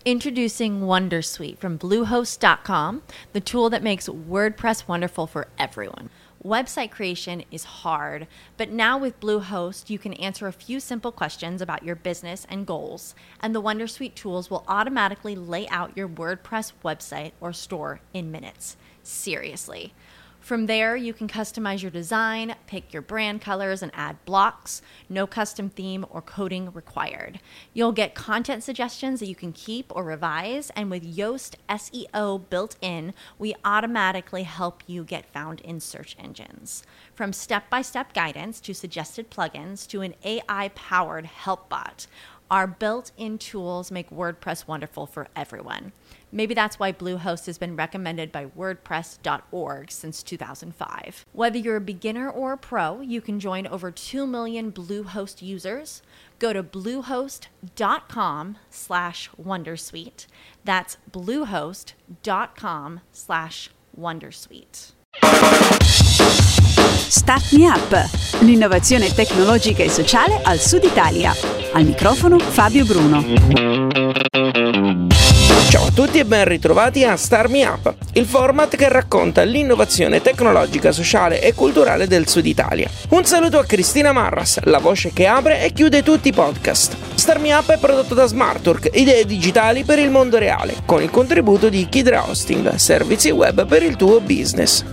Introducing Wondersuite from Bluehost.com, the tool that makes WordPress wonderful for everyone. Website creation is hard, but now with Bluehost, you can answer a few simple questions about your business and goals, and the Wondersuite tools will automatically lay out your WordPress website or store in minutes. Seriously. From there, you can customize your design, pick your brand colors, and add blocks. No custom theme or coding required. You'll get content suggestions that you can keep or revise, and with Yoast SEO built in, we automatically help you get found in search engines. From step-by-step guidance to suggested plugins to an AI-powered help bot, our built-in tools make WordPress wonderful for everyone. Maybe that's why Bluehost has been recommended by WordPress.org since 2005. Whether you're a beginner or a pro, you can join over 2 million Bluehost users. Go to bluehost.com/wondersuite. That's bluehost.com/wondersuite. Start Me Up, l'innovazione tecnologica e sociale al Sud Italia. Al microfono Fabio Bruno. Ciao a tutti e ben ritrovati a Start Me Up, il format che racconta l'innovazione tecnologica, sociale e culturale del Sud Italia. Un saluto a Cristina Marras, la voce che apre e chiude tutti i podcast. Start Me Up è prodotto da Smartwork, idee digitali per il mondo reale, con il contributo di Kidra Hosting, servizi web per il tuo business.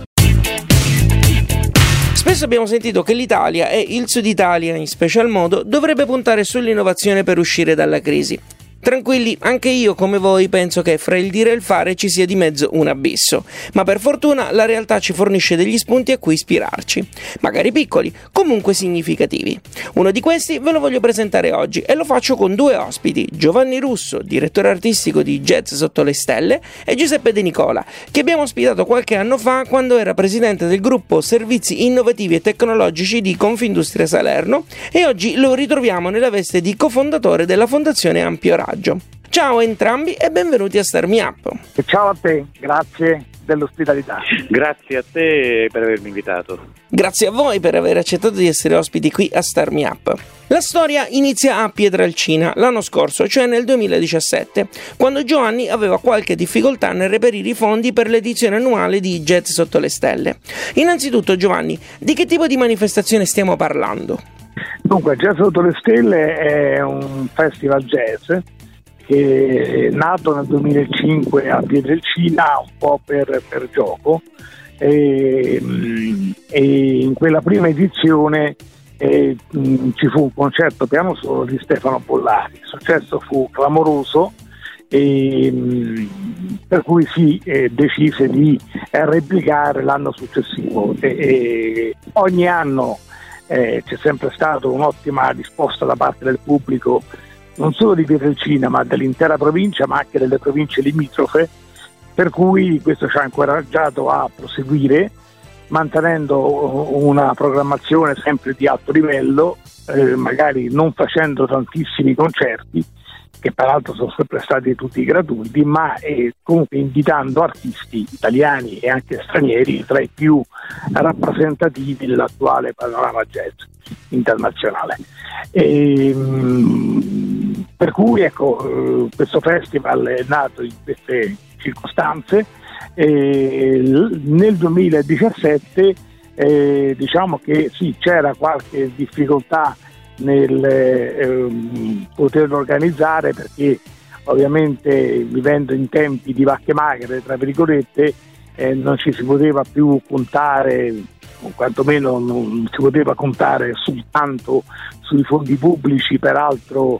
Spesso abbiamo sentito che l'Italia e il Sud Italia in special modo dovrebbe puntare sull'innovazione per uscire dalla crisi. Tranquilli, anche io come voi penso che fra il dire e il fare ci sia di mezzo un abisso, ma per fortuna la realtà ci fornisce degli spunti a cui ispirarci, magari piccoli, comunque significativi. Uno di questi ve lo voglio presentare oggi e lo faccio con due ospiti, Giovanni Russo, direttore artistico di Jazz Sotto le Stelle, e Giuseppe De Nicola, che abbiamo ospitato qualche anno fa quando era presidente del gruppo Servizi Innovativi e Tecnologici di Confindustria Salerno e oggi lo ritroviamo nella veste di cofondatore della Fondazione Ampio Raggio. Ciao a entrambi e benvenuti a Start Me Up. Ciao a te, grazie dell'ospitalità. Grazie a te per avermi invitato. Grazie a voi per aver accettato di essere ospiti qui a Start Me Up. La storia inizia a Pietrelcina l'anno scorso, cioè nel 2017, quando Giovanni aveva qualche difficoltà nel reperire i fondi per l'edizione annuale di Jazz Sotto le Stelle. Innanzitutto, Giovanni, di che tipo di manifestazione stiamo parlando? Dunque, Jazz Sotto le Stelle è un festival jazz che è nato nel 2005 a Pietrelcina un po' per gioco e in quella prima edizione ci fu un concerto piano solo di Stefano Bollari. Il successo fu clamoroso per cui si decise di replicare l'anno successivo e ogni anno c'è sempre stata un'ottima risposta da parte del pubblico, non solo di Pietrelcina ma dell'intera provincia, ma anche delle province limitrofe, per cui questo ci ha incoraggiato a proseguire mantenendo una programmazione sempre di alto livello, magari non facendo tantissimi concerti, che peraltro sono sempre stati tutti gratuiti, ma comunque invitando artisti italiani e anche stranieri tra i più rappresentativi dell'attuale panorama jazz internazionale. Per cui ecco, questo festival è nato in queste circostanze. Nel 2017 diciamo che sì, c'era qualche difficoltà nel poterlo organizzare, perché ovviamente vivendo in tempi di vacche magre tra virgolette non ci si poteva più contare, o quantomeno non si poteva contare soltanto sui fondi pubblici, peraltro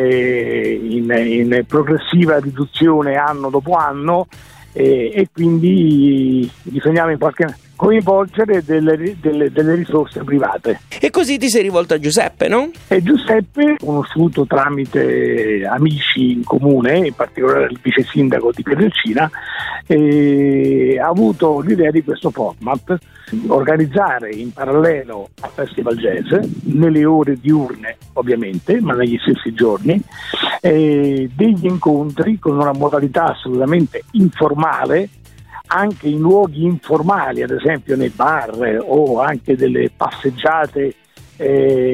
in progressiva riduzione anno dopo anno, e quindi bisognava in qualche coinvolgere delle risorse private. E così ti sei rivolto a Giuseppe, no? E Giuseppe, conosciuto tramite amici in comune, in particolare il vice sindaco di Pietrelcina, ha avuto l'idea di questo format: organizzare in parallelo al Festival Jazz, nelle ore diurne ovviamente, ma negli stessi giorni, degli incontri con una modalità assolutamente informale, anche in luoghi informali, ad esempio nei bar, o anche delle passeggiate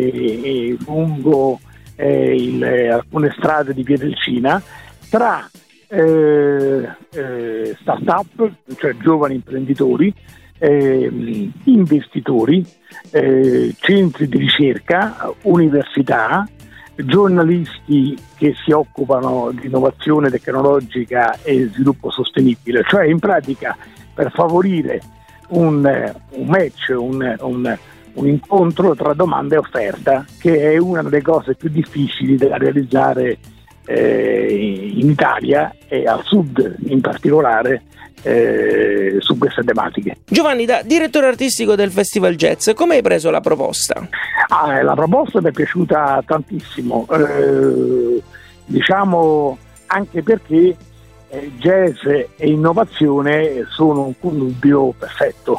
lungo alcune strade di Pietrelcina, tra start-up, cioè giovani imprenditori, investitori, centri di ricerca, università, giornalisti che si occupano di innovazione tecnologica e sviluppo sostenibile, cioè in pratica per favorire un match, un incontro tra domanda e offerta, che è una delle cose più difficili da realizzare in Italia e al sud in particolare su queste tematiche. Giovanni, da direttore artistico del Festival Jazz, come hai preso la proposta? La proposta mi è piaciuta tantissimo, diciamo anche perché jazz e innovazione sono un connubio perfetto.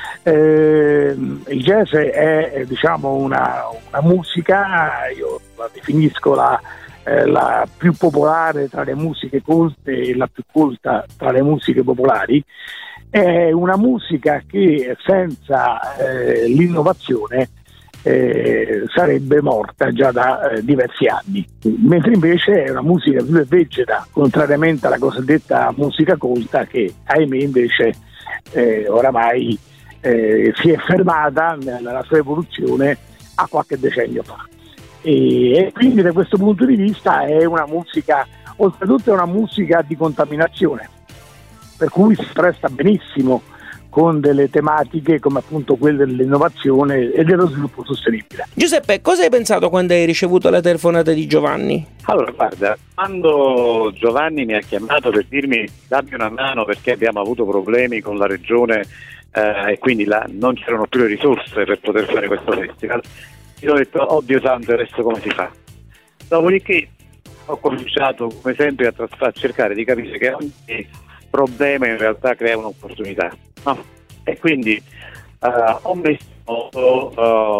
Il jazz è diciamo una musica, io la definisco la più popolare tra le musiche colte e la più colta tra le musiche popolari. È una musica che senza l'innovazione sarebbe morta già da diversi anni, mentre invece è una musica che vive e vegeta, contrariamente alla cosiddetta musica colta che ahimè invece oramai si è fermata nella sua evoluzione a qualche decennio fa. E quindi da questo punto di vista è una musica, oltretutto è una musica di contaminazione, per cui si presta benissimo con delle tematiche come appunto quelle dell'innovazione e dello sviluppo sostenibile. Giuseppe, cosa hai pensato quando hai ricevuto la telefonata di Giovanni? Allora, guarda, quando Giovanni mi ha chiamato per dirmi dammi una mano perché abbiamo avuto problemi con la regione e quindi non c'erano più le risorse per poter fare questo festival, io ho detto oddio santo, adesso come si fa? Dopodiché ho cominciato come sempre a cercare di capire che ogni problema in realtà crea un'opportunità, no? E quindi ho messo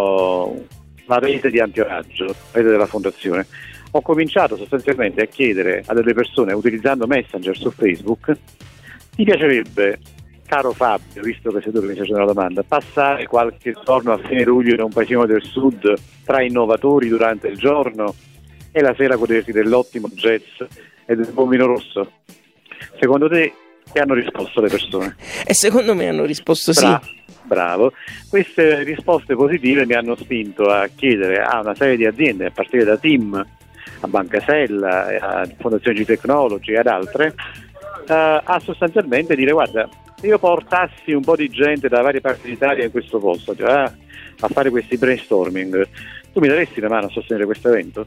la rete di antionaggio, la rete della fondazione. Ho cominciato sostanzialmente a chiedere a delle persone utilizzando Messenger su Facebook: ti piacerebbe, caro Fabio, visto che sei tu che mi fai una domanda, passare qualche giorno a fine luglio in un paesino del sud tra innovatori durante il giorno e la sera godersi dell'ottimo jazz e del buon vino rosso? Secondo te che hanno risposto le persone? E secondo me hanno risposto sì. Bravo. Queste risposte positive mi hanno spinto a chiedere a una serie di aziende, a partire da TIM, a Banca Sella, a Fondazione G-Technology e ad altre, a sostanzialmente dire: guarda, se io portassi un po' di gente da varie parti d'Italia in questo posto a fare questi brainstorming, tu mi daresti la mano a sostenere questo evento?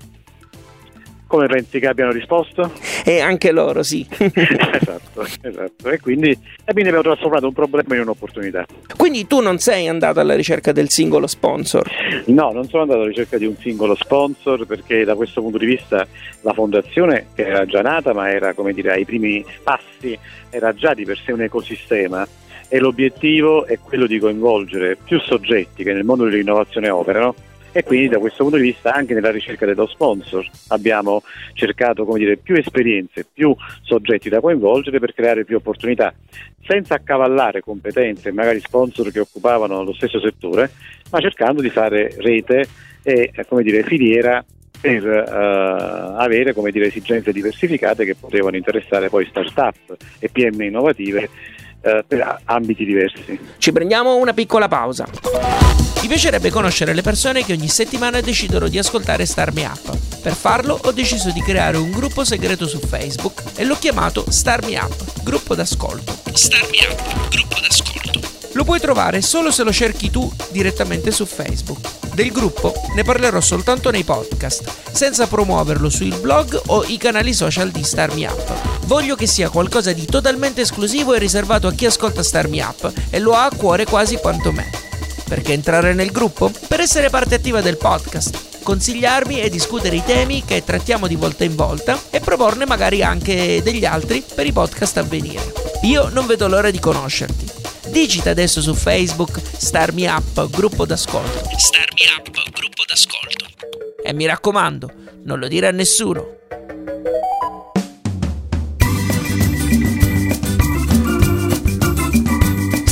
Come pensi che abbiano risposto? E anche loro, sì. Esatto. E quindi abbiamo trasformato un problema in un'opportunità. Quindi tu non sei andato alla ricerca del singolo sponsor? No, non sono andato alla ricerca di un singolo sponsor, perché da questo punto di vista la fondazione, che era già nata ma era, come dire, ai primi passi, era già di per sé un ecosistema, e l'obiettivo è quello di coinvolgere più soggetti che nel mondo dell'innovazione operano. E quindi da questo punto di vista anche nella ricerca dello sponsor abbiamo cercato, come dire, più esperienze, più soggetti da coinvolgere per creare più opportunità, senza accavallare competenze e magari sponsor che occupavano lo stesso settore, ma cercando di fare rete e, come dire, filiera per avere, come dire, esigenze diversificate che potevano interessare poi start-up e PM innovative per ambiti diversi. Ci prendiamo una piccola pausa. Mi piacerebbe conoscere le persone che ogni settimana decidono di ascoltare Start Me Up. Per farlo ho deciso di creare un gruppo segreto su Facebook e l'ho chiamato Start Me Up, gruppo d'ascolto. Start Me Up, gruppo d'ascolto. Lo puoi trovare solo se lo cerchi tu direttamente su Facebook. Del gruppo ne parlerò soltanto nei podcast, senza promuoverlo sul blog o i canali social di Start Me Up. Voglio che sia qualcosa di totalmente esclusivo e riservato a chi ascolta Start Me Up e lo ha a cuore quasi quanto me. Perché entrare nel gruppo? Per essere parte attiva del podcast, consigliarmi e discutere i temi che trattiamo di volta in volta e proporne magari anche degli altri per i podcast a venire. Io non vedo l'ora di conoscerti. Digita adesso su Facebook Start Me Up, gruppo d'ascolto. Start Me Up, gruppo d'ascolto. E mi raccomando, non lo dire a nessuno.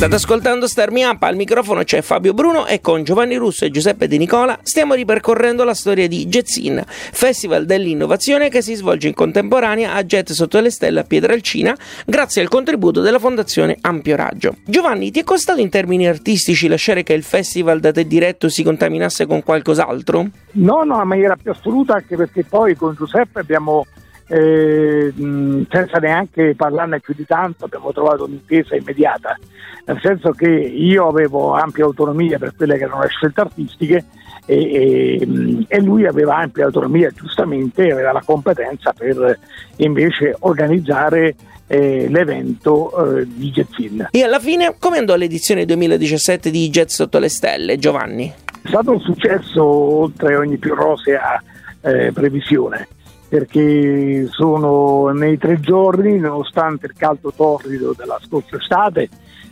State ascoltando Start Me Up, al microfono c'è Fabio Bruno e con Giovanni Russo e Giuseppe De Nicola stiamo ripercorrendo la storia di Jazzin, festival dell'innovazione che si svolge in contemporanea a Jazz Sotto le Stelle a Pietrelcina grazie al contributo della Fondazione Ampio Raggio. Giovanni, ti è costato in termini artistici lasciare che il festival da te diretto si contaminasse con qualcos'altro? No, in maniera più assoluta, anche perché poi con Giuseppe abbiamo senza neanche parlarne più di tanto abbiamo trovato un'intesa immediata, nel senso che io avevo ampia autonomia per quelle che erano le scelte artistiche e lui aveva ampia autonomia, giustamente aveva la competenza per invece organizzare l'evento di Jazzin. E alla fine come andò l'edizione 2017 di Jazz Sotto le Stelle, Giovanni? È stato un successo oltre ogni più rosea previsione, perché sono nei 3 giorni, nonostante il caldo torrido della scorsa estate,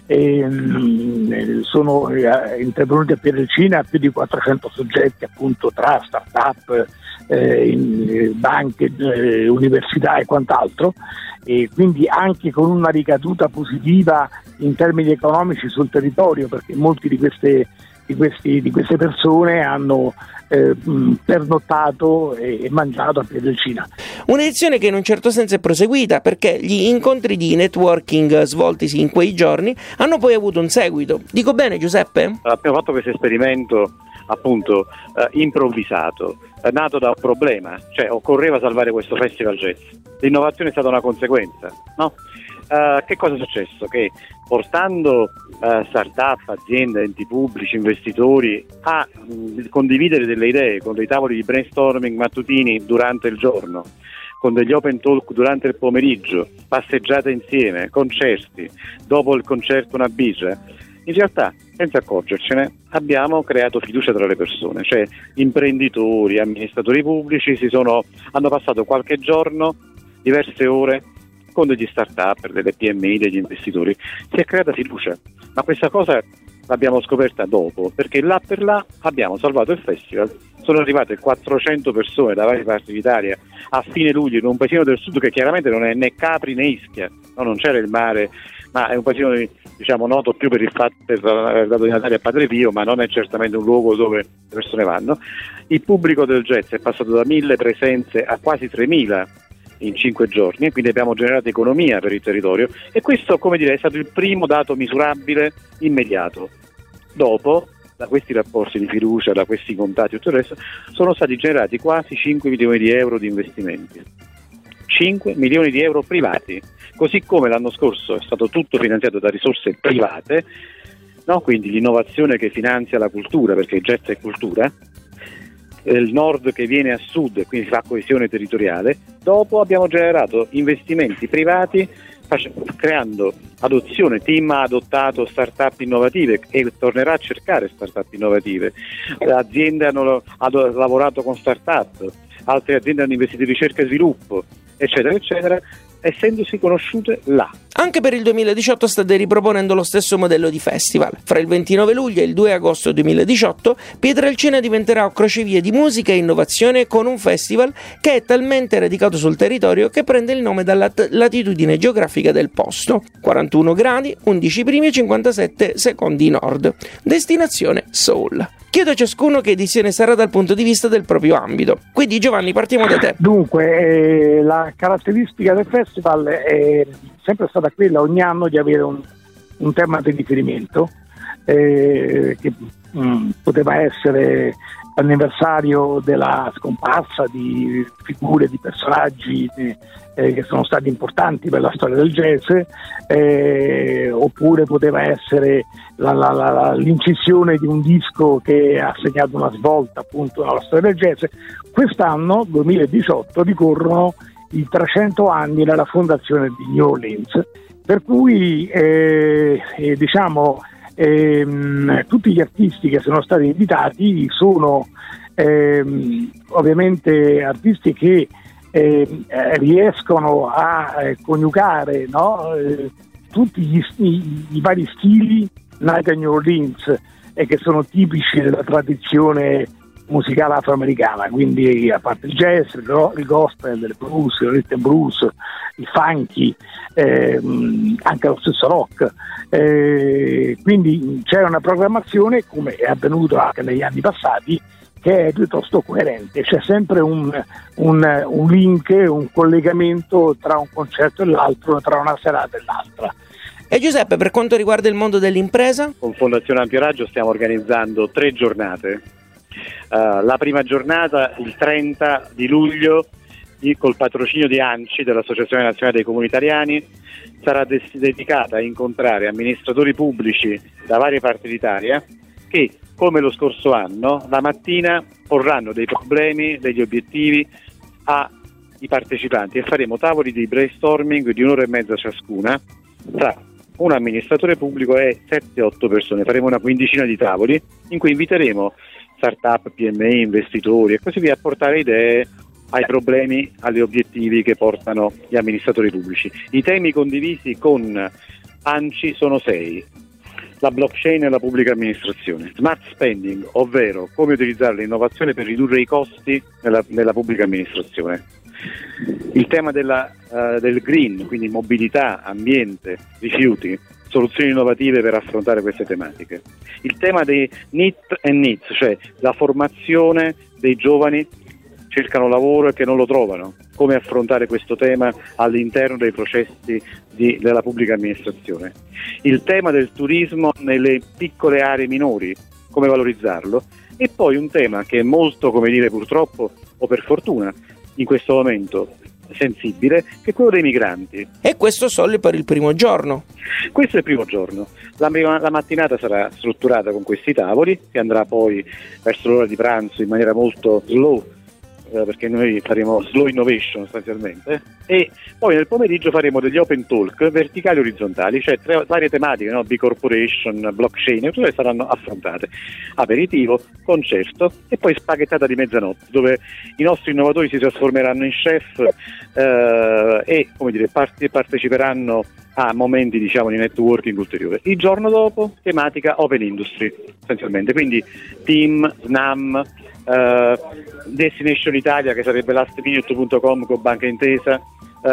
sono intervenuti a Pietrelcina più di 400 soggetti, appunto, tra start-up, banche, università e quant'altro, e quindi anche con una ricaduta positiva in termini economici sul territorio, perché molti di queste persone hanno pernottato e mangiato a Pietrelcina. Un'edizione che in un certo senso è proseguita, perché gli incontri di networking svoltisi in quei giorni hanno poi avuto un seguito. Dico bene, Giuseppe? Abbiamo fatto questo esperimento appunto improvvisato, nato da un problema, cioè occorreva salvare questo festival jazz. L'innovazione è stata una conseguenza, no? Che cosa è successo? Che portando start-up, aziende, enti pubblici, investitori a condividere delle idee con dei tavoli di brainstorming mattutini durante il giorno, con degli open talk durante il pomeriggio, passeggiate insieme, concerti, dopo il concerto una birra, in realtà senza accorgercene abbiamo creato fiducia tra le persone, cioè imprenditori, amministratori pubblici hanno passato qualche giorno, diverse ore con degli start-up, delle PMI, degli investitori. Si è creata fiducia, ma questa cosa l'abbiamo scoperta dopo, perché là per là abbiamo salvato il festival. Sono arrivate 400 persone da varie parti d'Italia a fine luglio in un paesino del sud che chiaramente non è né Capri né Ischia, no, non c'era il mare, ma è un paesino noto più per il fatto per aver dato di Natale a Padre Pio, ma non è certamente un luogo dove le persone vanno. Il pubblico del jazz è passato da 1000 presenze a quasi 3000 in 5 giorni, e quindi abbiamo generato economia per il territorio, e questo, come dire, è stato il primo dato misurabile immediato. Dopo, da questi rapporti di fiducia, da questi contatti e tutto il resto, sono stati generati quasi 5 milioni di euro di investimenti. 5 milioni di euro privati, così come l'anno scorso è stato tutto finanziato da risorse private, no? Quindi l'innovazione che finanzia la cultura, perché il jazz è cultura, il nord che viene a sud e quindi si fa coesione territoriale. Dopo abbiamo generato investimenti privati creando adozione, team ha adottato start-up innovative e tornerà a cercare start-up innovative, aziende hanno lavorato con start-up, altre aziende hanno investito in ricerca e sviluppo, eccetera eccetera, essendosi conosciute là. Anche per il 2018 state riproponendo lo stesso modello di festival. Fra il 29 luglio e il 2 agosto 2018 Pietrelcina diventerà un crocevia di musica e innovazione, con un festival che è talmente radicato sul territorio che prende il nome dalla latitudine geografica del posto: 41 gradi, 11 primi e 57 secondi nord. Destinazione Soul. Chiedo a ciascuno che edizione sarà dal punto di vista del proprio ambito. Quindi Giovanni, partiamo da te. Dunque, la caratteristica del festival è sempre stata quella ogni anno di avere un tema di riferimento, che poteva essere l'anniversario della scomparsa di figure, di personaggi che sono stati importanti per la storia del jazz, oppure poteva essere l'incisione di un disco che ha segnato una svolta appunto nella storia del jazz. Quest'anno, 2018, ricorrono i 300 anni dalla fondazione di New Orleans, per cui tutti gli artisti che sono stati invitati sono ovviamente artisti che riescono a coniugare, no? Tutti i vari stili nati a New Orleans e che sono tipici della tradizione musicale afroamericana, quindi a parte il jazz, il gospel, il blues, il rhythm and blues, il funky, anche lo stesso rock. Quindi c'è una programmazione, come è avvenuto anche negli anni passati, che è piuttosto coerente. C'è sempre un link, un collegamento tra un concerto e l'altro, tra una serata e l'altra. E Giuseppe, per quanto riguarda il mondo dell'impresa? Con Fondazione Ampio Raggio stiamo organizzando 3 giornate. La prima giornata, il 30 di luglio, col patrocinio di ANCI, dell'Associazione Nazionale dei Comuni Italiani, sarà dedicata a incontrare amministratori pubblici da varie parti d'Italia che, come lo scorso anno, la mattina porranno dei problemi, degli obiettivi ai partecipanti e faremo tavoli di brainstorming di 1 ora e mezza ciascuna tra un amministratore pubblico e 7-8 persone. Faremo una quindicina di tavoli in cui inviteremo start-up, PMI, investitori e così via a portare idee ai problemi, agli obiettivi che portano gli amministratori pubblici. I temi condivisi con ANCI sono 6. La blockchain e la pubblica amministrazione, smart spending, ovvero come utilizzare l'innovazione per ridurre i costi nella pubblica amministrazione. Il tema del green, quindi mobilità, ambiente, rifiuti, soluzioni innovative per affrontare queste tematiche. Il tema dei NEET e NEET, cioè la formazione dei giovani che cercano lavoro e che non lo trovano, come affrontare questo tema all'interno dei processi della pubblica amministrazione. Il tema del turismo nelle piccole aree minori, come valorizzarlo, e poi un tema che è molto, purtroppo o per fortuna, in questo momento sensibile, che è quello dei migranti. E questo solo per il primo giorno? Questo è il primo giorno. La mattinata sarà strutturata con questi tavoli, che andrà poi verso l'ora di pranzo in maniera molto slow, perché noi faremo slow innovation sostanzialmente, e poi nel pomeriggio faremo degli open talk verticali e orizzontali, cioè 3 varie tematiche, B Corporation, blockchain, tutte saranno affrontate. Aperitivo, concerto e poi spaghettata di mezzanotte, dove i nostri innovatori si trasformeranno in chef e parteciperanno a momenti di networking ulteriore. Il giorno dopo tematica Open Industry essenzialmente, quindi team, SNAM, Destination Italia, che sarebbe lastminute.com con Banca Intesa,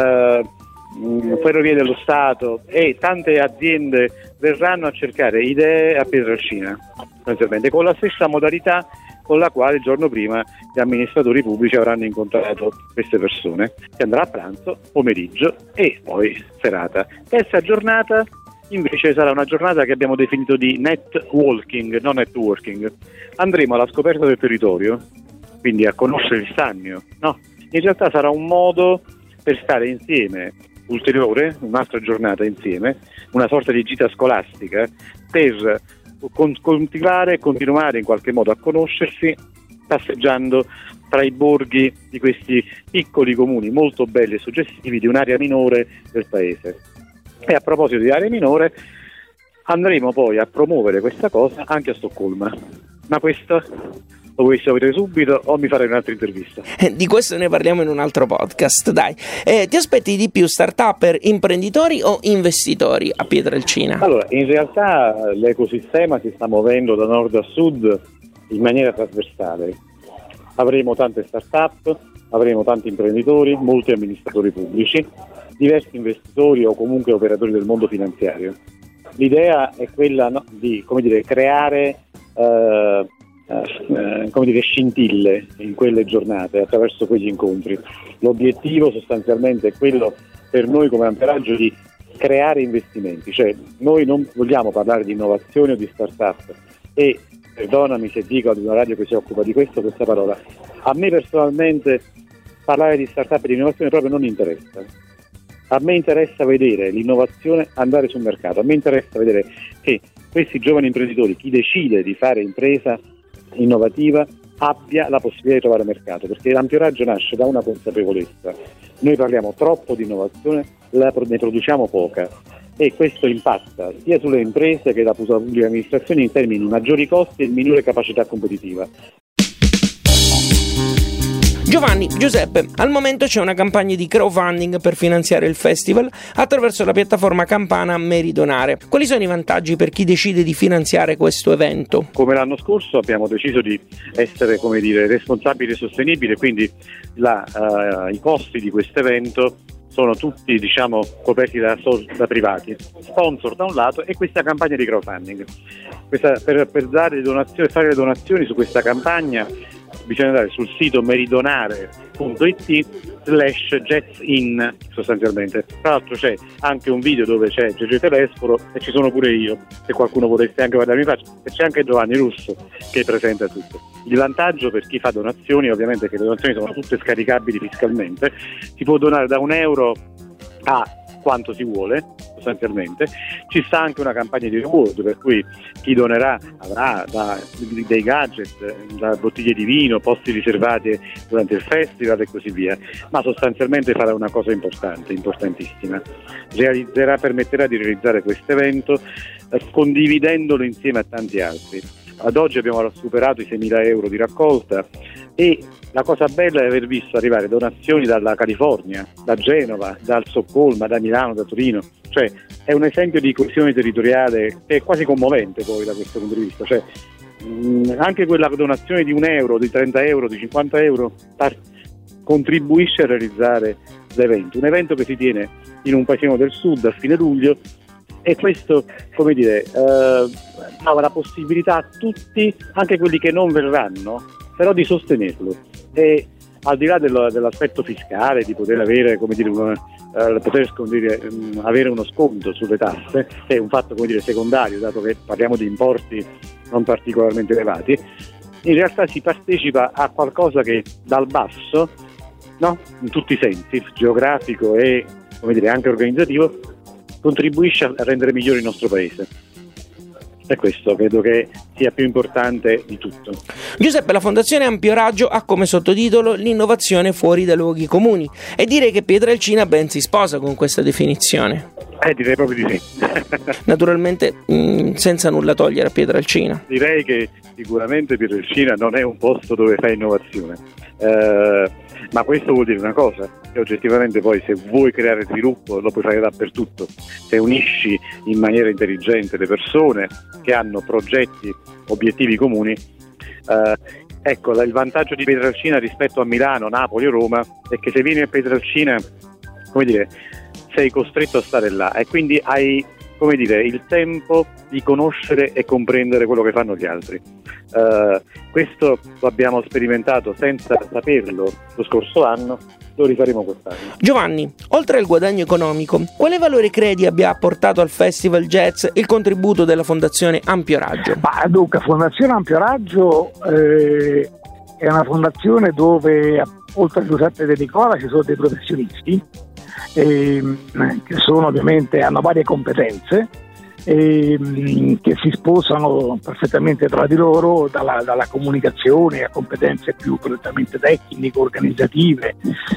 Ferrovie dello Stato e tante aziende verranno a cercare idee a Pietrelcina, essenzialmente con la stessa modalità con la quale il giorno prima gli amministratori pubblici avranno incontrato queste persone. Si andrà a pranzo, pomeriggio e poi serata. Terza giornata invece sarà una giornata che abbiamo definito di netwalking, non networking. Andremo alla scoperta del territorio, quindi a conoscere il Sannio. No, in realtà sarà un modo per stare insieme, ulteriore, un'altra giornata insieme, una sorta di gita scolastica per continuare in qualche modo a conoscersi, passeggiando tra i borghi di questi piccoli comuni molto belli e suggestivi di un'area minore del paese. E a proposito di area minore, andremo poi a promuovere questa cosa anche a Stoccolma. Ma questo lo vuoi sapere subito o mi farai un'altra intervista? Di questo ne parliamo in un altro podcast, dai. Ti aspetti di più start-upper, imprenditori o investitori a Pietrelcina? Allora, in realtà l'ecosistema si sta muovendo da nord a sud in maniera trasversale. Avremo tante start-up, avremo tanti imprenditori, molti amministratori pubblici, diversi investitori o comunque operatori del mondo finanziario. L'idea è quella di creare scintille in quelle giornate attraverso quegli incontri. L'obiettivo sostanzialmente è quello per noi come Ampio Raggio di creare investimenti, cioè noi non vogliamo parlare di innovazione o di start-up e perdonami se dico ad una radio che si occupa di questa parola, a me personalmente parlare di start-up e di innovazione proprio non interessa. A me interessa vedere l'innovazione andare sul mercato, a me interessa vedere che questi giovani imprenditori, chi decide di fare impresa innovativa, abbia la possibilità di trovare mercato, perché l'Ampio Raggio nasce da una consapevolezza. Noi parliamo troppo di innovazione, ne produciamo poca e questo impatta sia sulle imprese che sulla pubblica amministrazione in termini di maggiori costi e minore capacità competitiva. Giovanni, Giuseppe, al momento c'è una campagna di crowdfunding per finanziare il festival attraverso la piattaforma campana Meridonare. Quali sono i vantaggi per chi decide di finanziare questo evento? Come l'anno scorso abbiamo deciso di essere, responsabili e sostenibili, quindi i costi di questo evento sono tutti, diciamo, coperti da privati, sponsor da un lato, e questa campagna di crowdfunding. Per dare le donazioni, fare le donazioni su questa campagna bisogna andare sul sito meridonare.it/jetsin sostanzialmente. Tra l'altro c'è anche un video dove c'è Gigi Telesforo e ci sono pure io, se qualcuno volesse anche guardarmi in faccia, e c'è anche Giovanni Russo che presenta tutto. Il vantaggio per chi fa donazioni ovviamente è che le donazioni sono tutte scaricabili fiscalmente, si può donare da €1 a quanto si vuole sostanzialmente. Ci sta anche una campagna di reward, per cui chi donerà avrà dei gadget, da bottiglie di vino, posti riservati durante il festival e così via, ma sostanzialmente farà una cosa importante, importantissima. Permetterà di realizzare questo evento condividendolo insieme a tanti altri. Ad oggi abbiamo superato i €6.000 di raccolta, e la cosa bella è aver visto arrivare donazioni dalla California, da Genova, da Stoccolma, da Milano, da Torino. Cioè è un esempio di coesione territoriale che è quasi commovente poi da questo punto di vista. Cioè, anche quella donazione di €1, di €30, di €50 contribuisce a realizzare l'evento. Un evento che si tiene in un paesino del sud a fine luglio, e questo, come dire, dava la possibilità a tutti, anche quelli che non verranno, però di sostenerlo. E al di là dell'aspetto fiscale, di poter avere, come dire, avere uno sconto sulle tasse, che è un fatto, come dire, secondario, dato che parliamo di importi non particolarmente elevati, in realtà si partecipa a qualcosa che dal basso, no? In tutti i sensi, geografico e, come dire, anche organizzativo, contribuisce a rendere migliore il nostro paese. E questo credo che sia più importante di tutto. Giuseppe, la Fondazione Ampio Raggio ha come sottotitolo l'innovazione fuori dai luoghi comuni, e direi che Pietrelcina ben si sposa con questa definizione. Direi proprio di sì. Naturalmente senza nulla togliere a Pietrelcina. Direi che sicuramente Pietrelcina non è un posto dove fai innovazione, ma questo vuol dire una cosa, che oggettivamente poi se vuoi creare sviluppo lo puoi fare dappertutto, se unisci in maniera intelligente le persone che hanno progetti, obiettivi comuni. Ecco, il vantaggio di Pietrelcina rispetto a Milano, Napoli o Roma è che se vieni a Pietrelcina, come dire, sei costretto a stare là, e quindi hai, come dire, il tempo di conoscere e comprendere quello che fanno gli altri. Questo lo abbiamo sperimentato senza saperlo lo scorso anno, lo rifaremo quest'anno. Giovanni, oltre al guadagno economico, quale valore credi abbia apportato al Festival Jazz il contributo della Fondazione Ampio Raggio? Dunque, Fondazione Ampio Raggio è una fondazione dove, oltre a Giuseppe De Nicola, ci sono dei professionisti che sono, ovviamente, hanno varie competenze, che si sposano perfettamente tra di loro, dalla comunicazione a competenze più prettamente tecniche, organizzative,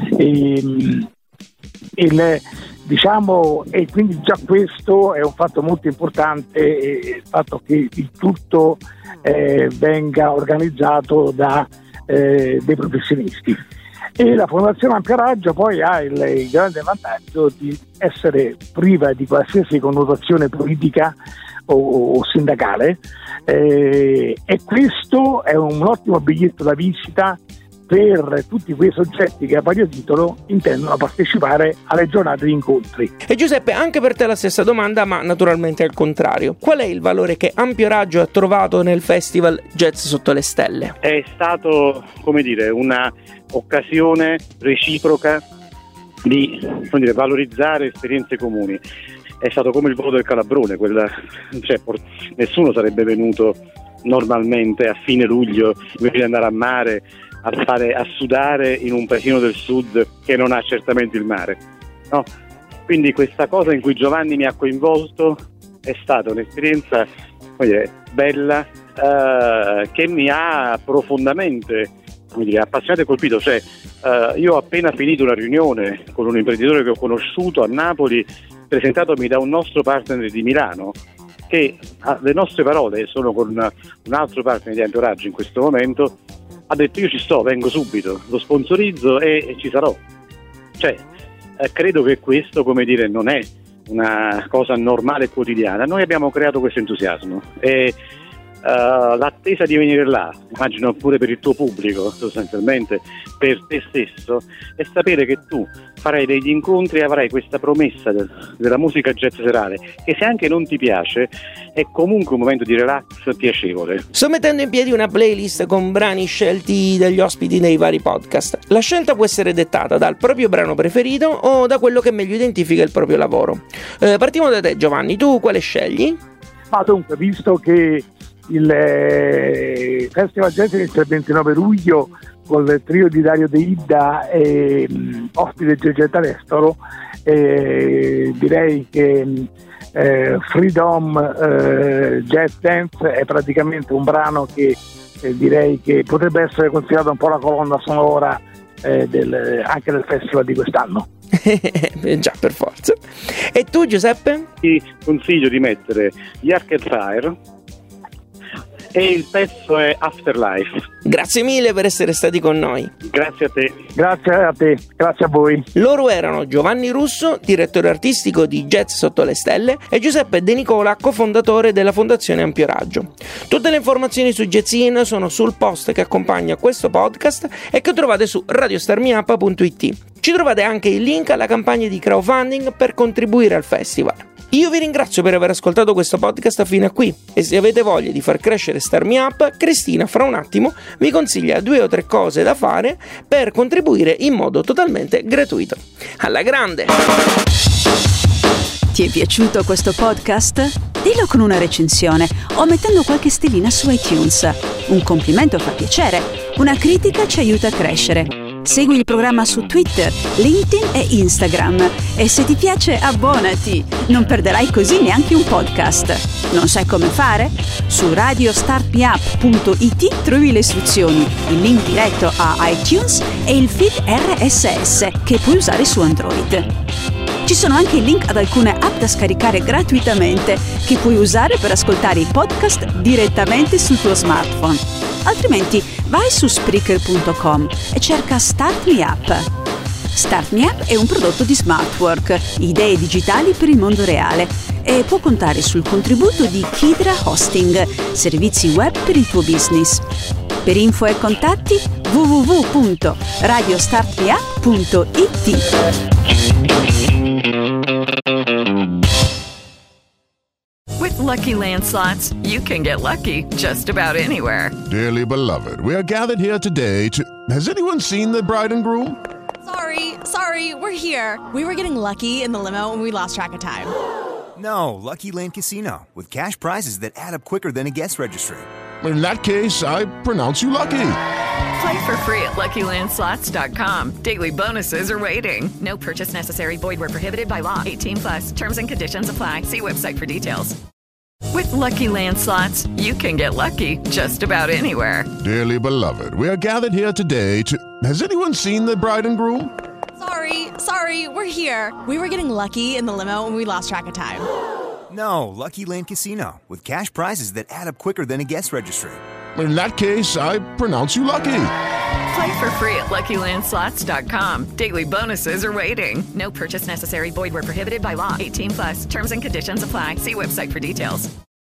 diciamo, e quindi già questo è un fatto molto importante, il fatto che il tutto venga organizzato da dei professionisti. E la Fondazione Ampio Raggio poi ha il grande vantaggio di essere priva di qualsiasi connotazione politica o sindacale, e questo è un ottimo biglietto da visita per tutti quei soggetti che a vario titolo intendono partecipare alle giornate di incontri. E Giuseppe, anche per te la stessa domanda, ma naturalmente al contrario. Qual è il valore che Ampio Raggio ha trovato nel Festival Jazz Sotto le Stelle? È stato, come dire, una occasione reciproca di, come dire, valorizzare esperienze comuni. È stato come il volo del Calabrone, nessuno sarebbe venuto normalmente a fine luglio, invece di andare a mare, a sudare in un paesino del sud che non ha certamente il mare, no? Quindi questa cosa in cui Giovanni mi ha coinvolto è stata un'esperienza, come dire, bella, che mi ha profondamente, come dire, appassionato e colpito. Cioè, io ho appena finito una riunione con un imprenditore che ho conosciuto a Napoli, presentatomi da un nostro partner di Milano, che le nostre parole sono con un altro partner di Ampio Raggio in questo momento. Ha detto: io ci sto, vengo subito, lo sponsorizzo e ci sarò. Cioè, credo che questo, come dire, non è una cosa normale e quotidiana. Noi abbiamo creato questo entusiasmo e l'attesa di venire là, immagino pure per il tuo pubblico, sostanzialmente per te stesso, è sapere che tu farai degli incontri e avrai questa promessa della musica jazz serale, che se anche non ti piace è comunque un momento di relax piacevole. Sto mettendo in piedi una playlist con brani scelti dagli ospiti nei vari podcast. La scelta può essere dettata dal proprio brano preferito o da quello che meglio identifica il proprio lavoro. Partiamo da te, Giovanni, tu quale scegli? Ma dunque, visto che il Festival Jazz inizia il 29 luglio con il trio di Dario De Ida e ospite Giorgetta Restoro, direi che Freedom Jazz Dance è praticamente un brano che direi che potrebbe essere considerato un po' la colonna sonora anche del festival di quest'anno. Già, per forza. E tu, Giuseppe? Ti consiglio di mettere gli Arcade Fire e il pezzo è Afterlife. Grazie mille per essere stati con noi. Grazie a te. Grazie a te, grazie a voi. Loro erano Giovanni Russo, direttore artistico di Jazz Sotto le Stelle, e Giuseppe De Nicola, cofondatore della Fondazione Ampio Raggio. Tutte le informazioni su Jazzin sono sul post che accompagna questo podcast e che trovate su radiostarmiup.it. Ci trovate anche il link alla campagna di crowdfunding per contribuire al festival. Io vi ringrazio per aver ascoltato questo podcast fino a qui e se avete voglia di far crescere Start Me Up, Cristina fra un attimo vi consiglia 2 o 3 cose da fare per contribuire in modo totalmente gratuito. Alla grande! Ti è piaciuto questo podcast? Dillo con una recensione o mettendo qualche stellina su iTunes. Un complimento fa piacere, una critica ci aiuta a crescere. Segui il programma su Twitter, LinkedIn e Instagram e se ti piace abbonati, non perderai così neanche un podcast. Non sai come fare? Su radiostartmeup.it trovi le istruzioni, il link diretto a iTunes e il feed RSS che puoi usare su Android. Ci sono anche i link ad alcune app da scaricare gratuitamente che puoi usare per ascoltare i podcast direttamente sul tuo smartphone. Altrimenti vai su Spreaker.com e cerca Start Me Up. Start Me Up è un prodotto di Smartwork, idee digitali per il mondo reale, e può contare sul contributo di Kidra Hosting, servizi web per il tuo business. Per info e contatti www.radiostartmeup.it. With Lucky Land Slots, you can get lucky just about anywhere. Dearly beloved, we are gathered here today to... Has anyone seen the bride and groom? Sorry, we're here. We were getting lucky in the limo and we lost track of time. No, Lucky Land Casino, with cash prizes that add up quicker than a guest registry. In that case, I pronounce you lucky. Play for free at LuckyLandSlots.com. Daily bonuses are waiting. No purchase necessary. Void where prohibited by law. 18+. Terms and conditions apply. See website for details. With Lucky Land Slots, you can get lucky just about anywhere. Dearly beloved, we are gathered here today to... Has anyone seen the bride and groom? Sorry, we're here. We were getting lucky in the limo and we lost track of time. No, Lucky Land Casino, with cash prizes that add up quicker than a guest registry. In that case, I pronounce you lucky. Play for free at LuckyLandSlots.com. Daily bonuses are waiting. No purchase necessary. Void where prohibited by law. 18+. Terms and conditions apply. See website for details.